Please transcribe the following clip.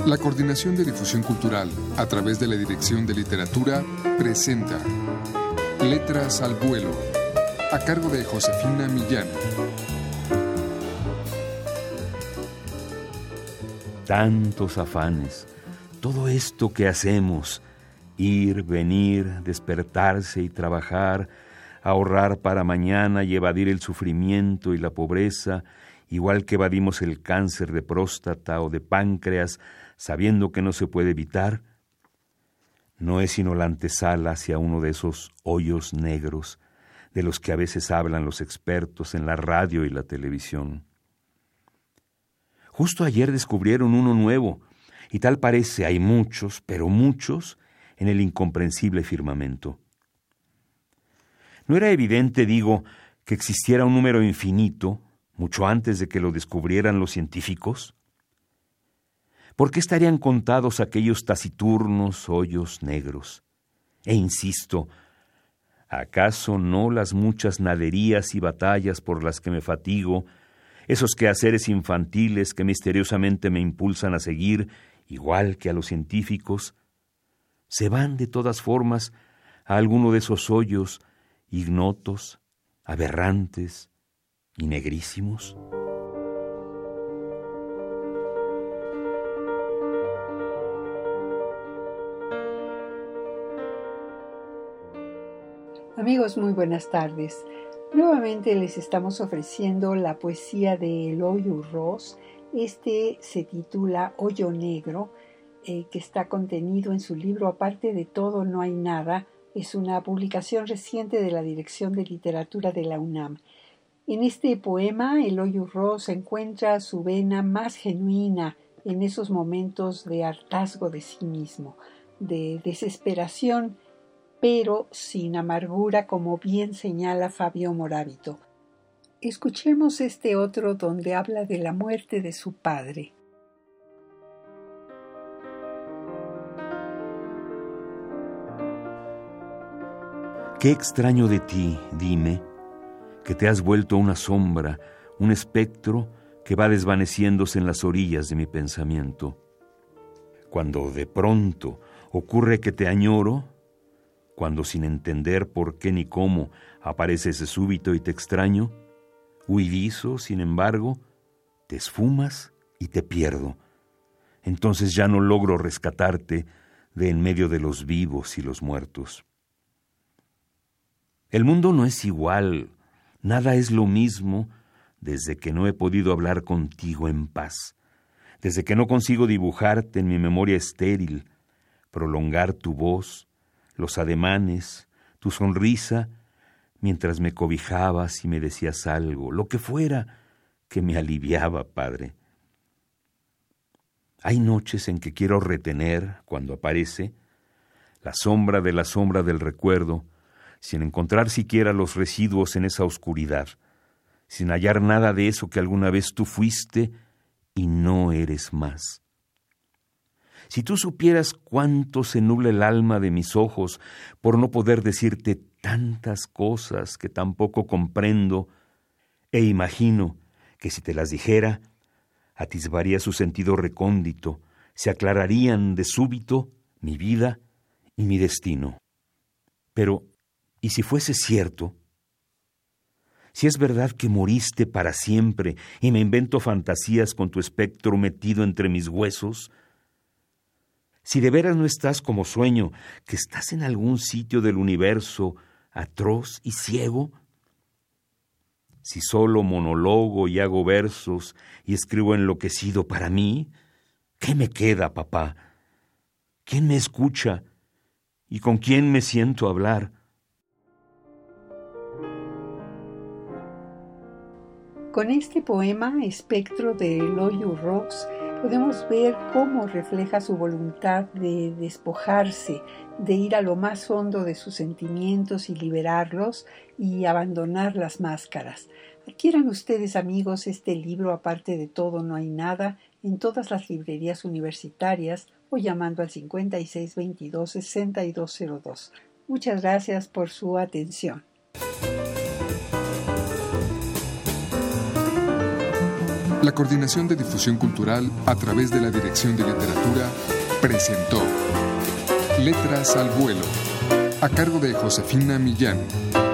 La Coordinación de Difusión Cultural, a través de la Dirección de Literatura, presenta Letras al Vuelo, a cargo de Josefina Millán. Tantos afanes, todo esto que hacemos, ir, venir, despertarse y trabajar, ahorrar para mañana y evadir el sufrimiento y la pobreza, igual que evadimos el cáncer de próstata o de páncreas, sabiendo que no se puede evitar, no es sino la antesala hacia uno de esos hoyos negros de los que a veces hablan los expertos en la radio y la televisión. Justo ayer descubrieron uno nuevo, y tal parece hay muchos, pero muchos, en el incomprensible firmamento. ¿No era evidente, digo, que existiera un número infinito, mucho antes de que lo descubrieran los científicos? ¿Por qué estarían contados aquellos taciturnos hoyos negros? E insisto, ¿acaso no las muchas naderías y batallas por las que me fatigo, esos quehaceres infantiles que misteriosamente me impulsan a seguir, igual que a los científicos, se van de todas formas a alguno de esos hoyos ignotos, aberrantes y negrísimos? Amigos, muy buenas tardes. Nuevamente les estamos ofreciendo la poesía de Eloy Urroz. Este se titula Hoyo Negro, que está contenido en su libro Aparte de todo no hay nada. Es una publicación reciente de la Dirección de Literatura de la UNAM. En este poema, Eloy Urroz encuentra su vena más genuina en esos momentos de hartazgo de sí mismo, de desesperación, pero sin amargura, como bien señala Fabio Moravito. Escuchemos este otro donde habla de la muerte de su padre. Qué extraño de ti, dime, que te has vuelto una sombra, un espectro que va desvaneciéndose en las orillas de mi pensamiento. Cuando de pronto ocurre que te añoro, cuando sin entender por qué ni cómo apareces de súbito y te extraño, huidizo, sin embargo, te esfumas y te pierdo. Entonces ya no logro rescatarte de en medio de los vivos y los muertos. El mundo no es igual, nada es lo mismo desde que no he podido hablar contigo en paz, desde que no consigo dibujarte en mi memoria estéril, prolongar tu voz, los ademanes, tu sonrisa, mientras me cobijabas y me decías algo, lo que fuera, que me aliviaba, Padre. Hay noches en que quiero retener, cuando aparece, la sombra del recuerdo, sin encontrar siquiera los residuos en esa oscuridad, sin hallar nada de eso que alguna vez tú fuiste y no eres más. Si tú supieras cuánto se nubla el alma de mis ojos por no poder decirte tantas cosas que tampoco comprendo, e imagino que si te las dijera, atisbaría su sentido recóndito, se aclararían de súbito mi vida y mi destino. Pero, ¿y si fuese cierto? Si es verdad que moriste para siempre y me invento fantasías con tu espectro metido entre mis huesos, si de veras no estás como sueño, que estás en algún sitio del universo atroz y ciego, si solo monologo y hago versos y escribo enloquecido para mí, ¿qué me queda, papá? ¿Quién me escucha? ¿Y con quién me siento a hablar? Con este poema, Espectro de Eloy Urroz, podemos ver cómo refleja su voluntad de despojarse, de ir a lo más hondo de sus sentimientos y liberarlos y abandonar las máscaras. Adquieran ustedes, amigos, este libro Aparte de todo no hay nada en todas las librerías universitarias o llamando al 5622-6202. Muchas gracias por su atención. La Coordinación de Difusión Cultural, a través de la Dirección de Literatura, presentó Letras al Vuelo, a cargo de Josefina Millán.